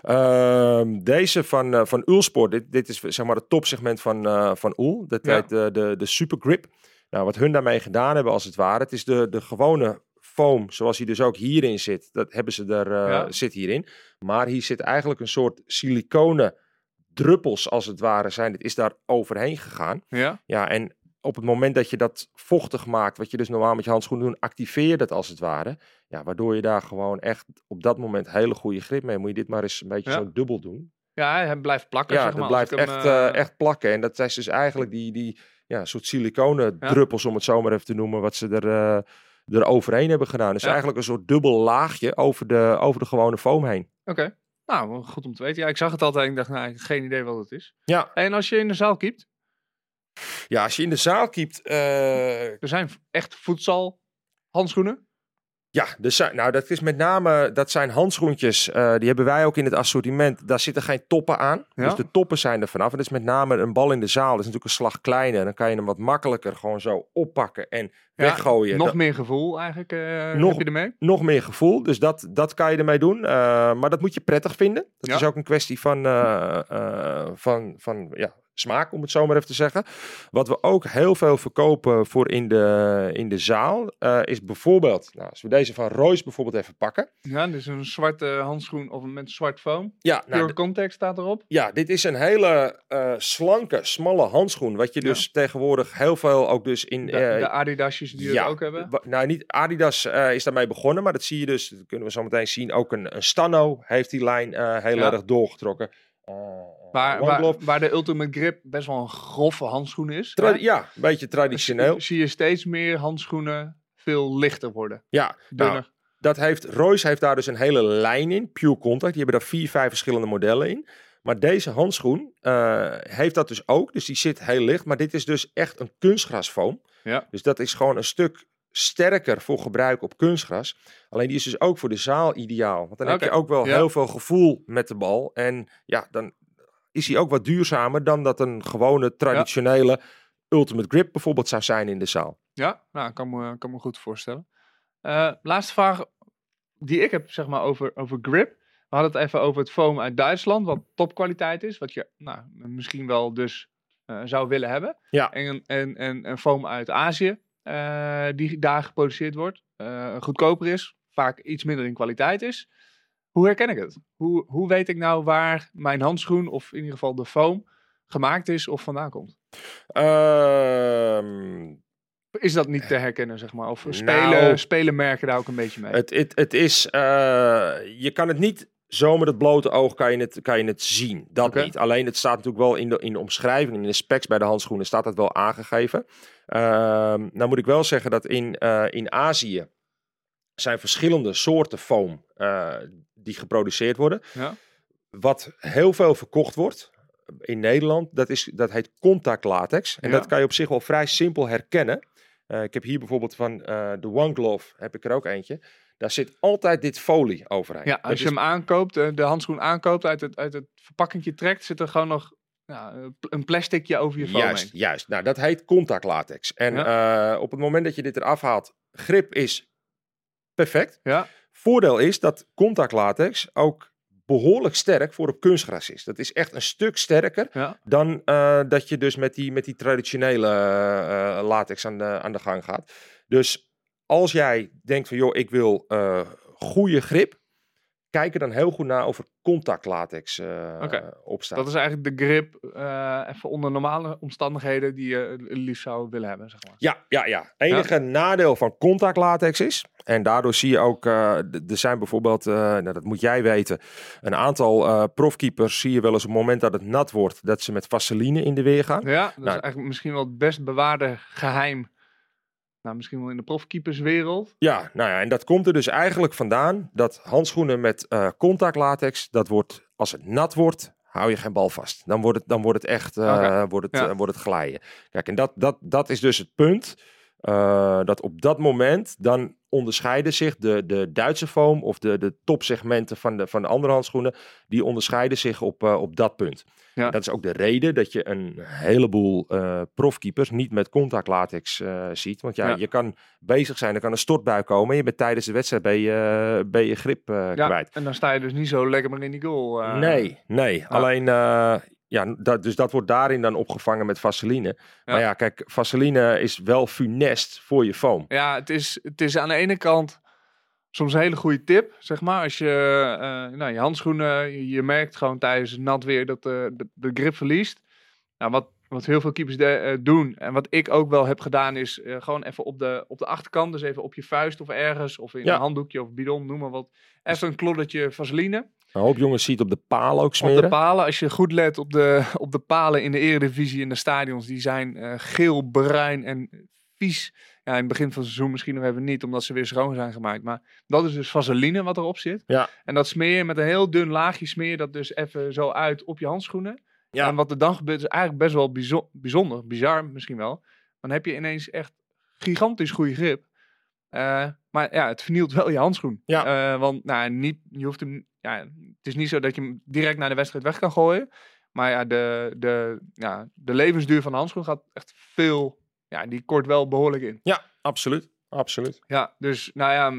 Deze van Ulsport, dit is zeg maar het topsegment van Ul. Dat Ja. heet de Super Grip. Nou, wat hun daarmee gedaan hebben als het ware, het is de gewone foam, zoals hij dus ook hierin zit, dat hebben ze zit hierin. Maar hier zit eigenlijk een soort siliconen druppels als het ware zijn. Het is daar overheen gegaan. Ja. Ja, en op het moment dat je dat vochtig maakt, wat je dus normaal met je handschoenen doet, activeer je dat als het ware. Ja, waardoor je daar gewoon echt op dat moment hele goede grip mee. Moet je dit maar eens een beetje zo dubbel doen. Ja, hij blijft plakken. Ja, zeg maar, dat als blijft ik hem, echt plakken. En dat is dus eigenlijk die soort siliconen druppels, om het zo maar even te noemen, wat ze er overheen hebben gedaan. Dus eigenlijk een soort dubbel laagje over de gewone foam heen. Oké. Nou, goed om te weten. Ja, ik zag het altijd en ik dacht, nou, ik heb geen idee wat het is. Ja, En als je in de zaal keept, ja, als je in de zaal keept, er zijn echt voedselhandschoenen. ja, nou dat is met name, dat zijn handschoentjes, die hebben wij ook in het assortiment. Daar zitten geen toppen aan, Ja. dus de toppen zijn er vanaf. En dat is met name een bal in de zaal, dat is natuurlijk een slag kleiner. Dan kan je hem wat makkelijker gewoon zo oppakken en weggooien. Nog meer gevoel eigenlijk heb je ermee. Nog meer gevoel, dus dat kan je ermee doen. Maar dat moet je prettig vinden. Dat Ja. is ook een kwestie van smaak, om het zo maar even te zeggen. Wat we ook heel veel verkopen voor in de zaal, is bijvoorbeeld, nou, als we deze van Royce bijvoorbeeld even pakken. Ja, dit is een zwarte handschoen of met zwart foam. Ja, nou, Pure Contact staat erop. ja, dit is een hele slanke, smalle handschoen. Wat je dus tegenwoordig heel veel ook dus in... De Adidasjes die het ook hebben. Nou, niet Adidas is daarmee begonnen, maar dat zie je dus, dat kunnen we zo meteen zien. Ook een Stano heeft die lijn heel erg doorgetrokken. Waar de Ultimate Grip best wel een grove handschoen is. Ja, een beetje traditioneel. Zie je steeds meer handschoenen veel lichter worden. Ja, Dunner. nou, Royce heeft daar dus een hele lijn in, Pure Contact. Die hebben daar 4, 5 verschillende modellen in. Maar deze handschoen heeft dat dus ook. Dus die zit heel licht. Maar dit is dus echt een kunstgrasfoam. Ja. Dus dat is gewoon een stuk sterker voor gebruik op kunstgras. Alleen die is dus ook voor de zaal ideaal. Want dan heb je ook wel heel veel gevoel met de bal. En ja, dan is hij ook wat duurzamer dan dat een gewone traditionele Ultimate Grip bijvoorbeeld zou zijn in de zaal. Ja, nou, kan me goed voorstellen. Laatste vraag die ik heb, zeg maar, over grip. We hadden het even over het foam uit Duitsland, wat topkwaliteit is. Wat je misschien wel dus zou willen hebben. Ja. En foam uit Azië, die daar geproduceerd wordt. Goedkoper is, vaak iets minder in kwaliteit is. Hoe herken ik het? Hoe weet ik nou waar mijn handschoen, of in ieder geval de foam, gemaakt is of vandaan komt? Is dat niet te herkennen, zeg maar? Of spelen merken daar ook een beetje mee? Het is, je kan het niet zo met het blote oog kan je het zien. Dat Oké. niet. Alleen het staat natuurlijk wel in de omschrijving, in de specs bij de handschoenen staat dat wel aangegeven. Nou moet ik wel zeggen dat in Azië zijn verschillende soorten foam die geproduceerd worden. Ja. Wat heel veel verkocht wordt in Nederland, dat heet contact latex. En Ja. dat kan je op zich wel vrij simpel herkennen. Ik heb hier bijvoorbeeld van de One Glove, heb ik er ook eentje. Daar zit altijd dit folie overheen. Ja, als je hem aankoopt, de handschoen aankoopt, uit het verpakkingje trekt, zit er gewoon nog een plasticje over je foam heen. Juist. Nou, dat heet contact latex. En op het moment dat je dit eraf haalt, grip is perfect. Ja, Voordeel is dat contact latex ook behoorlijk sterk voor op kunstgras is. Dat is echt een stuk sterker ja. dan dat je dus met die traditionele latex aan de gang gaat. Dus als jij denkt van joh, ik wil goede grip, kijk er dan heel goed naar of er contact latex op staat. Dat is eigenlijk de grip even onder normale omstandigheden die je liefst zou willen hebben, zeg maar. Ja. Enige nadeel van contact latex is, en daardoor zie je ook, er zijn bijvoorbeeld, dat moet jij weten, een aantal profkeepers zie je wel eens op het moment dat het nat wordt, dat ze met vaseline in de weer gaan. Ja, dat is eigenlijk misschien wel het best bewaarde geheim. Nou, misschien wel in de profkeeperswereld. Ja, nou ja, en dat komt er dus eigenlijk vandaan dat handschoenen met contact latex, dat wordt, als het nat wordt, hou je geen bal vast. Dan wordt het echt wordt het glijden. Kijk, en dat is dus het punt. Dat op dat moment dan onderscheiden zich de Duitse foam of de topsegmenten van de andere handschoenen, die onderscheiden zich op dat punt. Ja. En dat is ook de reden dat je een heleboel profkeepers niet met contact latex ziet. Want je kan bezig zijn, er kan een stortbui komen en je bent tijdens de wedstrijd ben je grip kwijt. En dan sta je dus niet zo lekker meer in die goal. Nee. Alleen, dus dat wordt daarin dan opgevangen met vaseline. Ja. Maar ja, kijk, vaseline is wel funest voor je foam. Ja, het is aan de ene kant soms een hele goede tip, zeg maar. Als je je handschoenen, je merkt gewoon tijdens het nat weer dat de grip verliest. Nou, wat heel veel keepers doen en wat ik ook wel heb gedaan is gewoon even op de achterkant, dus even op je vuist of ergens, of in een handdoekje of bidon, noem maar wat. Even een kloddertje vaseline. Een hoop jongens ziet op de palen ook smeren. Op de palen, als je goed let op de palen in de Eredivisie in de stadions, die zijn geel, bruin en vies. Ja, in het begin van het seizoen misschien nog even niet, omdat ze weer schoon zijn gemaakt. Maar dat is dus vaseline wat erop zit. Ja. En dat smeer je met een heel dun laagje, smeer je dat dus even zo uit op je handschoenen. Ja. En wat er dan gebeurt is eigenlijk best wel bijzonder, bizar misschien wel. Dan heb je ineens echt gigantisch goede grip. Maar ja, het vernielt wel je handschoen. Ja. Want je hoeft hem. Ja, het is niet zo dat je hem direct naar de wedstrijd weg kan gooien. Maar ja, de levensduur van de handschoen gaat echt veel. Ja, die kort wel behoorlijk in. Ja, absoluut. Ja, dus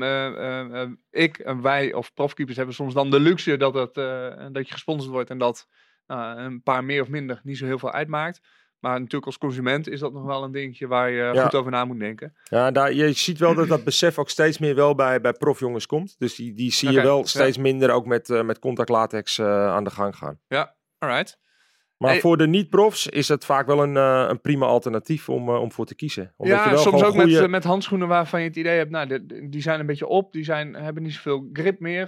ik en wij of profkeepers hebben soms dan de luxe dat je gesponsord wordt en dat een paar meer of minder niet zo heel veel uitmaakt. Maar natuurlijk als consument is dat nog wel een dingetje waar je goed over na moet denken. Ja, je ziet wel dat besef ook steeds meer wel bij profjongens komt. Dus die zie je wel steeds minder ook met contact latex aan de gang gaan. Ja, alright. Maar voor de niet-profs is het vaak wel een prima alternatief om voor te kiezen. Omdat ja, je wel soms ook goede... met handschoenen waarvan je het idee hebt, nou, die zijn een beetje op, hebben niet zoveel grip meer.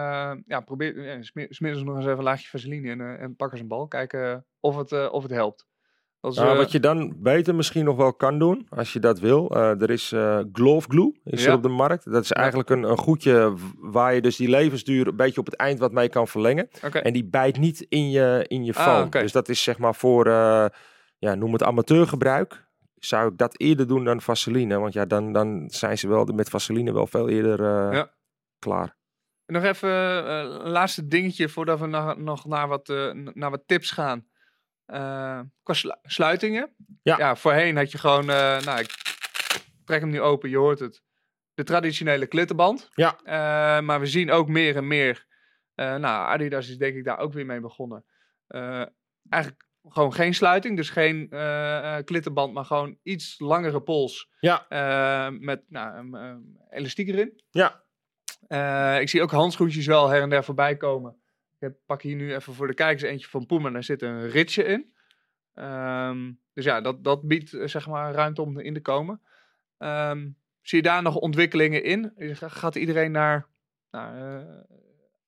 Smeer ze nog eens even een laagje vaseline in en pak eens een bal. Kijken of het helpt. Wat je dan beter misschien nog wel kan doen, als je dat wil. Er is Glove Glue er op de markt. Dat is eigenlijk een goedje waar je dus die levensduur een beetje op het eind wat mee kan verlengen. Okay. En die bijt niet in je foam. Okay. Dus dat is zeg maar voor, noem het amateurgebruik. Zou ik dat eerder doen dan vaseline. Want ja, dan zijn ze wel met vaseline wel veel eerder klaar. Nog even een laatste dingetje voordat we nog naar wat tips gaan. Qua sluitingen. Ja, voorheen had je gewoon, ik trek hem nu open, je hoort het. De traditionele klittenband. Ja. Maar we zien ook meer en meer. Adidas is denk ik daar ook weer mee begonnen. Eigenlijk gewoon geen sluiting, dus geen klittenband, maar gewoon iets langere pols. Ja. Met elastiek erin. Ja. Ik zie ook handschoentjes wel her en der voorbij komen. Ik pak hier nu even voor de kijkers eentje van Puma. Daar zit een ritsje in. Dus ja, dat biedt zeg maar ruimte om erin te komen. Zie je daar nog ontwikkelingen in? Gaat iedereen naar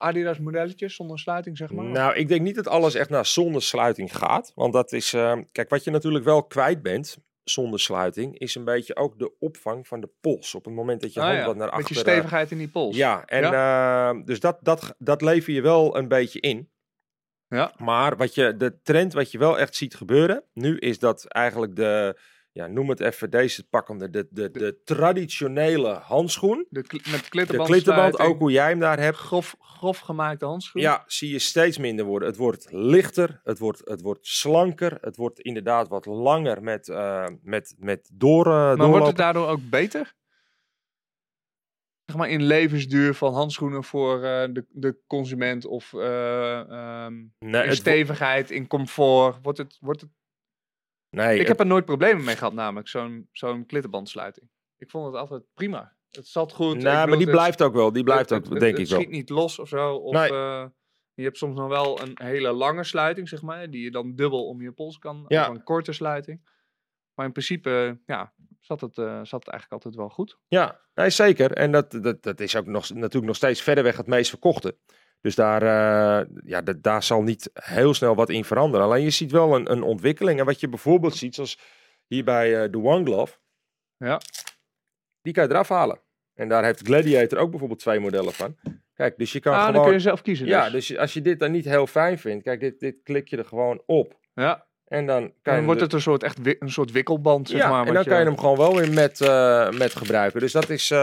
Adidas modelletjes zonder sluiting, zeg maar? Nou, ik denk niet dat alles echt naar zonder sluiting gaat. Want dat is... kijk, wat je natuurlijk wel kwijt bent zonder sluiting... is een beetje ook de opvang van de pols. Op het moment dat je hand wat naar achter... Beetje stevigheid in die pols. Ja, en dus dat lever je wel een beetje in. Ja. Maar de trend wat je wel echt ziet gebeuren... nu is dat eigenlijk noem het even deze pakkende... de traditionele handschoen. Met De klitterband. klitterband, ook hoe jij hem daar hebt. Grof gemaakte handschoen. Ja, zie je steeds minder worden. Het wordt lichter, het wordt slanker, het wordt inderdaad wat langer met doorlopen. Maar wordt het daardoor ook beter? Zeg maar in levensduur van handschoenen voor de consument of in stevigheid, in comfort. Wordt het... Nee, ik heb er nooit problemen mee gehad, namelijk zo'n klitterbandsluiting. Ik vond het altijd prima. Het zat goed. Nou, maar die blijft ook wel. Die blijft ook, denk ik wel. Het schiet niet los of zo. Of, nee. Je hebt soms nog wel een hele lange sluiting, zeg maar. Die je dan dubbel om je pols kan. Ja. Of een korte sluiting. Maar in principe, zat het eigenlijk altijd wel goed. Ja, nee, zeker. En dat is ook natuurlijk nog steeds verder weg het meest verkochte. Dus daar zal niet heel snel wat in veranderen. Alleen je ziet wel een ontwikkeling. En wat je bijvoorbeeld ziet, zoals hier bij de One Glove. Ja. Die kan je eraf halen. En daar heeft Gladiator ook bijvoorbeeld 2 modellen van. Kijk, dus je kan gewoon... dan kun je zelf kiezen. Ja, dus als je dit dan niet heel fijn vindt. Kijk, dit klik je er gewoon op. Ja. En dan wordt het een soort wikkelband, zeg maar. En dan kan je hem gewoon wel weer met gebruiken. Dus dat is...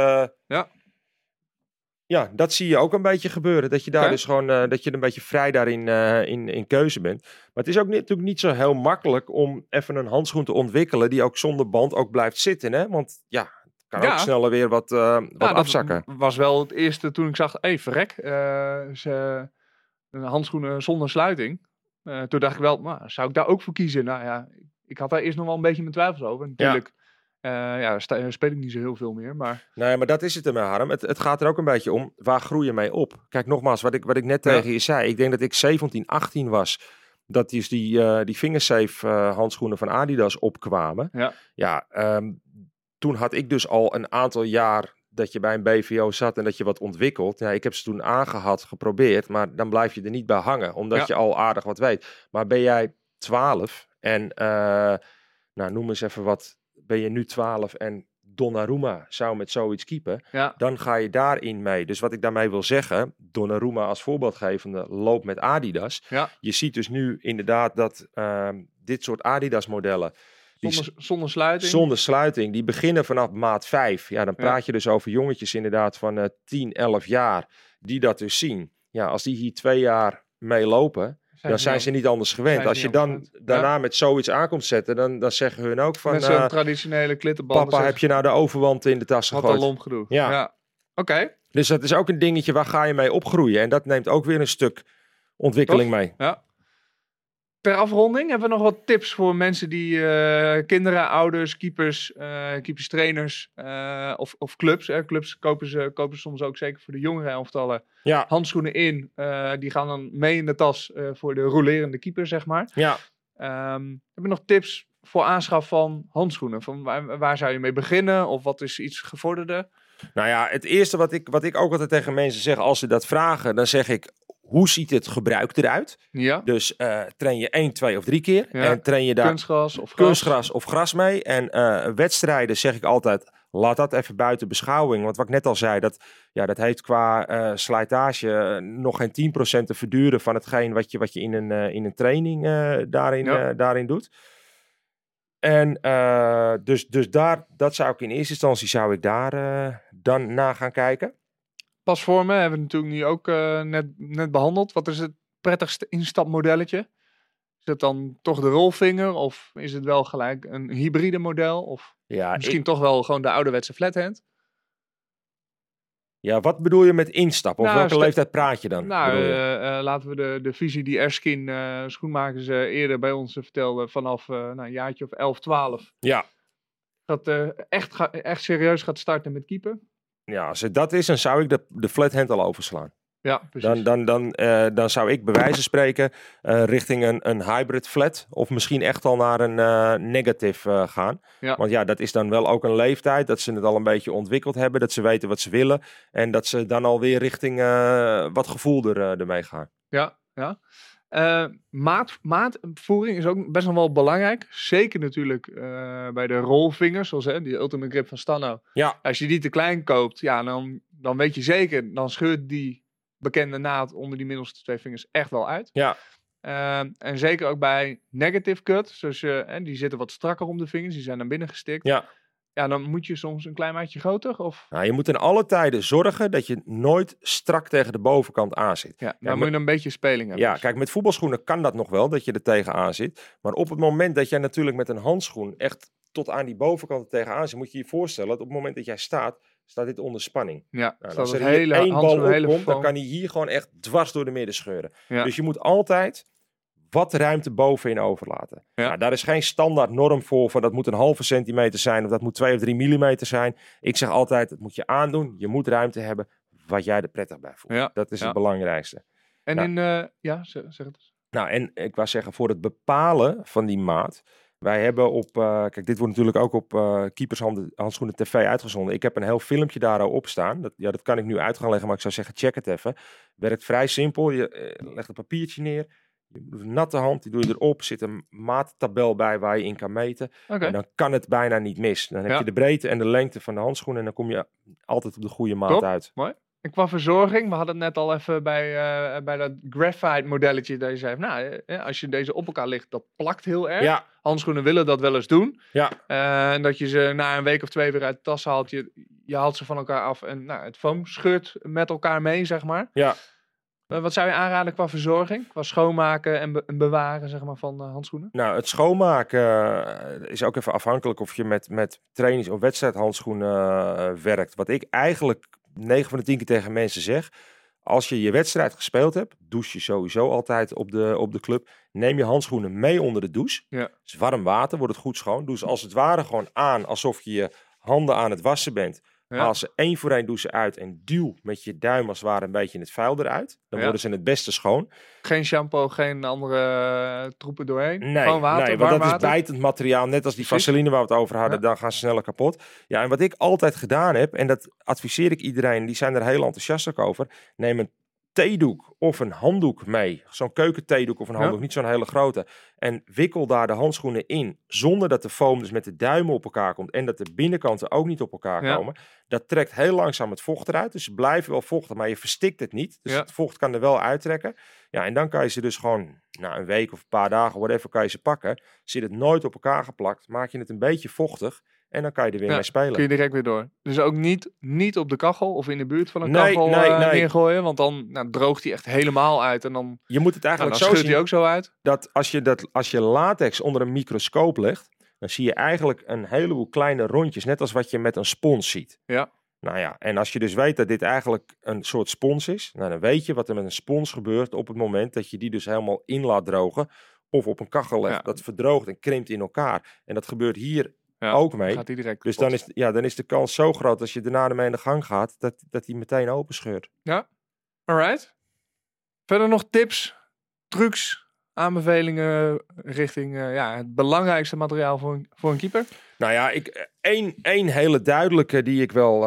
Ja, dat zie je ook een beetje gebeuren. Dat je daar dus gewoon, dat je een beetje vrij daarin in keuze bent. Maar het is ook natuurlijk niet zo heel makkelijk om even een handschoen te ontwikkelen die ook zonder band ook blijft zitten. Hè? Want het kan ook sneller weer wat afzakken. Dat was wel het eerste toen ik zag, verrek, handschoenen zonder sluiting. Toen dacht ik wel, zou ik daar ook voor kiezen? Nou ja, ik had daar eerst nog wel een beetje mijn twijfels over. Natuurlijk. Daar speel ik niet zo heel veel meer. Maar... Nee, maar dat is het ermee, Harm. Het gaat er ook een beetje om, waar groei je mee op? Kijk, nogmaals, wat ik net tegen je zei. Ik denk dat ik 17, 18 was. Dat die fingersafe handschoenen van Adidas opkwamen. Toen had ik dus al een aantal jaar dat je bij een BVO zat en dat je wat ontwikkelt. Ja, ik heb ze toen aangehad, geprobeerd. Maar dan blijf je er niet bij hangen, omdat je al aardig wat weet. Maar ben jij 12 en noem eens even wat... Ben je nu 12 en Donnarumma zou met zoiets keepen, dan ga je daarin mee. Dus wat ik daarmee wil zeggen, Donnarumma als voorbeeldgevende loopt met Adidas. Ja. Je ziet dus nu inderdaad dat dit soort Adidas modellen... Zonder sluiting? Zonder sluiting. Die beginnen vanaf maat 5. Ja, dan praat je dus over jongetjes inderdaad van 10, 11 jaar die dat dus zien. Ja, als die hier 2 jaar mee lopen... Dan zijn ze niet anders gewend. Als je dan daarna met zoiets aankomt zetten, dan zeggen hun ook van... Met zo'n traditionele klitterband. Papa, heb je nou de overwand in de tas gegooid? Wat een lomp gedoe. Ja. Oké. Dus dat is ook een dingetje, waar ga je mee opgroeien? En dat neemt ook weer een stuk ontwikkeling mee. Ja. Per afronding hebben we nog wat tips voor mensen die kinderen, ouders, keepers, keeperstrainers of clubs. Clubs kopen ze soms ook zeker voor de jongere elftallen handschoenen in. Die gaan dan mee in de tas voor de rolerende keeper, zeg maar. Ja. Hebben we nog tips voor aanschaf van handschoenen? Van waar zou je mee beginnen? Of wat is iets gevorderder? Nou ja, het eerste wat ik ook altijd tegen mensen zeg als ze dat vragen, dan zeg ik... Hoe ziet het gebruik eruit? Ja. Dus train je 1, 2 of 3 keer. Ja. En train je daar kunstgras of gras mee. En wedstrijden zeg ik altijd, laat dat even buiten beschouwing. Want wat ik net al zei, dat heeft qua slijtage nog geen 10% te verduren van hetgeen wat je in een training daarin doet. En dus dat zou ik in eerste instantie daar dan naar gaan kijken. Pasvormen hebben we natuurlijk nu ook net behandeld. Wat is het prettigste instapmodelletje? Is het dan toch de rolvinger? Of is het wel gelijk een hybride model? Of misschien toch wel gewoon de ouderwetse flathand? Ja, wat bedoel je met instap? Of welke leeftijd praat je dan? Laten we de visie die Erskine schoenmakers eerder bij ons vertelde vanaf een jaartje of 11, 12. Ja. Dat echt serieus gaat starten met keeper. Ja, als het dat is, dan zou ik de flathand al overslaan. Ja, precies. Dan zou ik bij wijze van spreken richting een hybrid flat of misschien echt al naar een negative gaan. Ja. Want ja, dat is dan wel ook een leeftijd dat ze het al een beetje ontwikkeld hebben, dat ze weten wat ze willen en dat ze dan alweer richting wat gevoelder ermee gaan. Ja. Maatvoering is ook best nog wel belangrijk. Zeker natuurlijk bij de rolvingers, zoals die Ultimate Grip van Stanno. Ja. Als je die te klein koopt, ja, dan weet je zeker, dan scheurt die bekende naad onder die middelste 2 vingers echt wel uit. Ja. En zeker ook bij negative cut, die zitten wat strakker om de vingers, die zijn naar binnen gestikt. Ja. Ja, dan moet je soms een klein maatje groter, of? Nou, je moet in alle tijden zorgen dat je nooit strak tegen de bovenkant aan zit. Ja, dan moet je een beetje speling hebben. Ja, kijk, met voetbalschoenen kan dat nog wel, dat je er tegenaan zit. Maar op het moment dat jij natuurlijk met een handschoen echt tot aan die bovenkant er tegenaan zit, moet je je voorstellen dat op het moment dat jij staat dit onder spanning. Ja, Nou, als als er er hier één bal opkomt, dan foam. kan hij hier gewoon echt dwars door de midden scheuren. Ja. Dus je moet altijd wat ruimte bovenin overlaten. Ja. Nou, daar is geen standaard norm voor van dat moet een halve centimeter zijn of dat moet 2 of 3 millimeter zijn. Ik zeg altijd, dat moet je aandoen. Je moet ruimte hebben wat jij er prettig bij voelt. Ja. Dat is het belangrijkste. En Nou. zeg het eens. Nou, en ik wou zeggen, voor het bepalen van die maat. Wij hebben op, kijk, dit wordt natuurlijk ook op Keepershandschoenen TV uitgezonden. Ik heb een heel filmpje daarop staan. Dat kan ik nu uit gaan leggen, maar ik zou zeggen, check het even. Werkt vrij simpel. Je legt een papiertje neer. Je doet een natte hand, die doe je erop. Zit een maattabel bij waar je in kan meten. Okay. En dan kan het bijna niet mis. Dan heb je de breedte en de lengte van de handschoenen. En dan kom je altijd op de goede maat uit. Mooi. En qua verzorging, we hadden het net al even bij dat graphite modelletje. Dat je zei, nou, als je deze op elkaar ligt, dat plakt heel erg. Ja. Handschoenen willen dat wel eens doen. Ja. En dat je ze na een week of 2 weer uit de tas haalt. Je haalt ze van elkaar af en het foam scheurt met elkaar mee, zeg maar. Ja. Wat zou je aanraden qua verzorging? Qua schoonmaken en bewaren, zeg maar, van handschoenen? Nou, het schoonmaken is ook even afhankelijk of je met trainings- of wedstrijdhandschoenen werkt. Wat ik eigenlijk 9 van de 10 keer tegen mensen zeg. Als je je wedstrijd gespeeld hebt, douche je sowieso altijd op de club. Neem je handschoenen mee onder de douche. Ja. Dus warm water, wordt het goed schoon. Doe ze als het ware gewoon aan, alsof je je handen aan het wassen bent. Ja. Haal ze 1 voor 1 douche uit en duw met je duim als het ware een beetje in het vuil eruit. Dan worden ze het beste schoon. Geen shampoo, geen andere troepen doorheen? Nee, gewoon water, nee, want dat water. is bijtend materiaal. Net als die vaseline waar we het over hadden, dan gaan ze sneller kapot. Ja, en wat ik altijd gedaan heb, en dat adviseer ik iedereen, die zijn er heel enthousiast ook over. Neem een theedoek of een handdoek mee. Zo'n keukentheedoek of een handdoek, niet zo'n hele grote. En wikkel daar de handschoenen in, zonder dat de foam dus met de duimen op elkaar komt en dat de binnenkанten ook niet op elkaar komen. Dat trekt heel langzaam het vocht eruit. Dus ze blijven wel vochtig, maar je verstikt het niet. Dus het vocht kan er wel uittrekken. Ja, en dan kan je ze dus gewoon na een week of een paar dagen, whatever, kan je ze pakken. Zit het nooit op elkaar geplakt, maak je het een beetje vochtig. En dan kan je er weer mee spelen. Kun je direct weer door. Dus ook niet op de kachel of in de buurt van een kachel neergooien. Want dan droogt hij echt helemaal uit. En dan, je moet het eigenlijk dan zo zien. Hij ook zo uit. Dat als je latex onder een microscoop legt, dan zie je eigenlijk een heleboel kleine rondjes. Net als wat je met een spons ziet. Ja. Nou ja, en als je dus weet dat dit eigenlijk een soort spons is. Nou, dan weet je wat er met een spons gebeurt op het moment dat je die dus helemaal in laat drogen. Of op een kachel legt. Ja. Dat verdroogt en krimpt in elkaar. En dat gebeurt hier ook mee. Gaat direct dus dan is de kans zo groot als je daarna ermee in de gang gaat, dat hij meteen open scheurt. Ja, alright. Verder nog tips, trucs, aanbevelingen richting het belangrijkste materiaal voor een keeper? Nou ja, één hele duidelijke die ik wel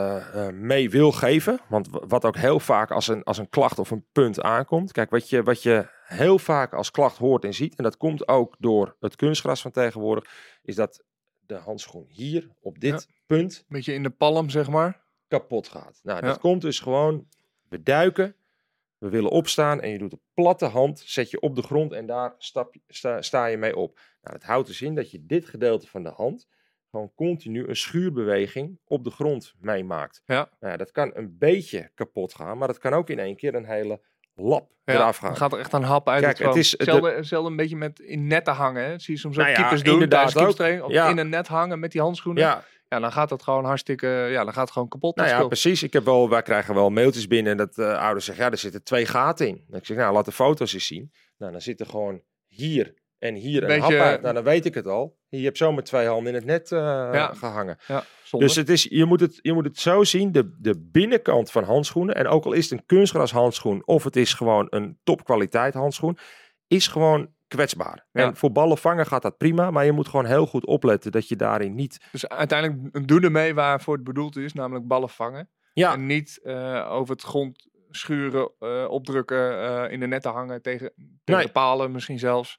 mee wil geven. Want wat ook heel vaak als een klacht of een punt aankomt. Kijk, wat je heel vaak als klacht hoort en ziet, en dat komt ook door het kunstgras van tegenwoordig, is dat de handschoen hier op dit punt, beetje in de palm, zeg maar, kapot gaat. Nou, dat komt dus gewoon, we duiken, we willen opstaan en je doet een platte hand, zet je op de grond en daar sta je mee op. Nou, dat houdt dus in dat je dit gedeelte van de hand gewoon continu een schuurbeweging op de grond meemaakt. Ja. Nou, dat kan een beetje kapot gaan, maar dat kan ook in één keer een hele lap eraf gaan. Dan gaat er echt een hap uit. Kijk, het is hetzelfde een beetje met in netten hangen. Hè? Dat zie je soms ook keepers doen tijdens keeperstraining. Of in een net hangen met die handschoenen. Ja, dan gaat dat gewoon hartstikke, dan gaat het gewoon kapot. Nou ja, precies. Wij krijgen wel mailtjes binnen dat ouders zeggen, er zitten 2 gaten in. Dan ik zeg, laat de foto's eens zien. Nou, dan zitten gewoon hier en hier een Beetje- hap uit, nou dan weet ik het al. Je hebt zo met 2 handen in het net gehangen. Ja, zonde. Dus het is, je moet het zo zien, de binnenkant van handschoenen, en ook al is het een kunstgras handschoen of het is gewoon een topkwaliteit handschoen, is gewoon kwetsbaar. Ja. En voor ballen vangen gaat dat prima, maar je moet gewoon heel goed opletten dat je daarin niet... Dus uiteindelijk doe ermee waarvoor het bedoeld is, namelijk ballen vangen. Ja, En niet over het grond schuren, opdrukken, in de netten hangen, tegen Nee. palen misschien zelfs.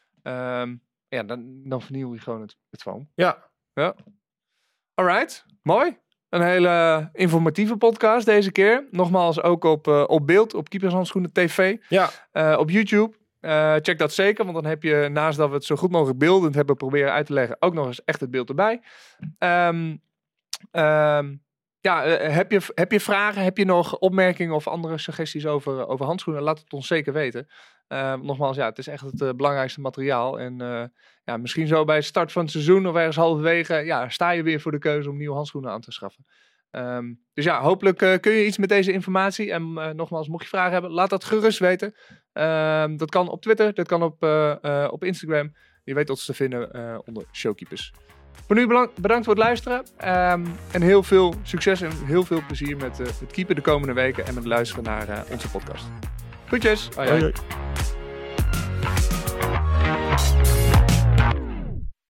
Dan vernieuw je gewoon het foam. ja. Alright, mooi. Een hele informatieve podcast deze keer. Nogmaals ook op beeld, op Keepershandschoenen TV. Ja. Op YouTube. Check dat zeker, want dan heb je, naast dat we het zo goed mogelijk beeldend hebben proberen uit te leggen, ook nog eens echt het beeld erbij. Heb je vragen, heb je nog opmerkingen of andere suggesties over handschoenen? Laat het ons zeker weten. Nogmaals, het is echt het belangrijkste materiaal. En misschien zo bij de start van het seizoen of ergens halverwege, sta je weer voor de keuze om nieuwe handschoenen aan te schaffen. Dus hopelijk kun je iets met deze informatie. En nogmaals, mocht je vragen hebben, laat dat gerust weten. Dat kan op Twitter, dat kan op Instagram. Je weet ons te vinden onder Showkeepers. Voor nu bedankt voor het luisteren. En heel veel succes en heel veel plezier met het keepen de komende weken en met luisteren naar onze podcast. Groetjes. Hoi, hoi.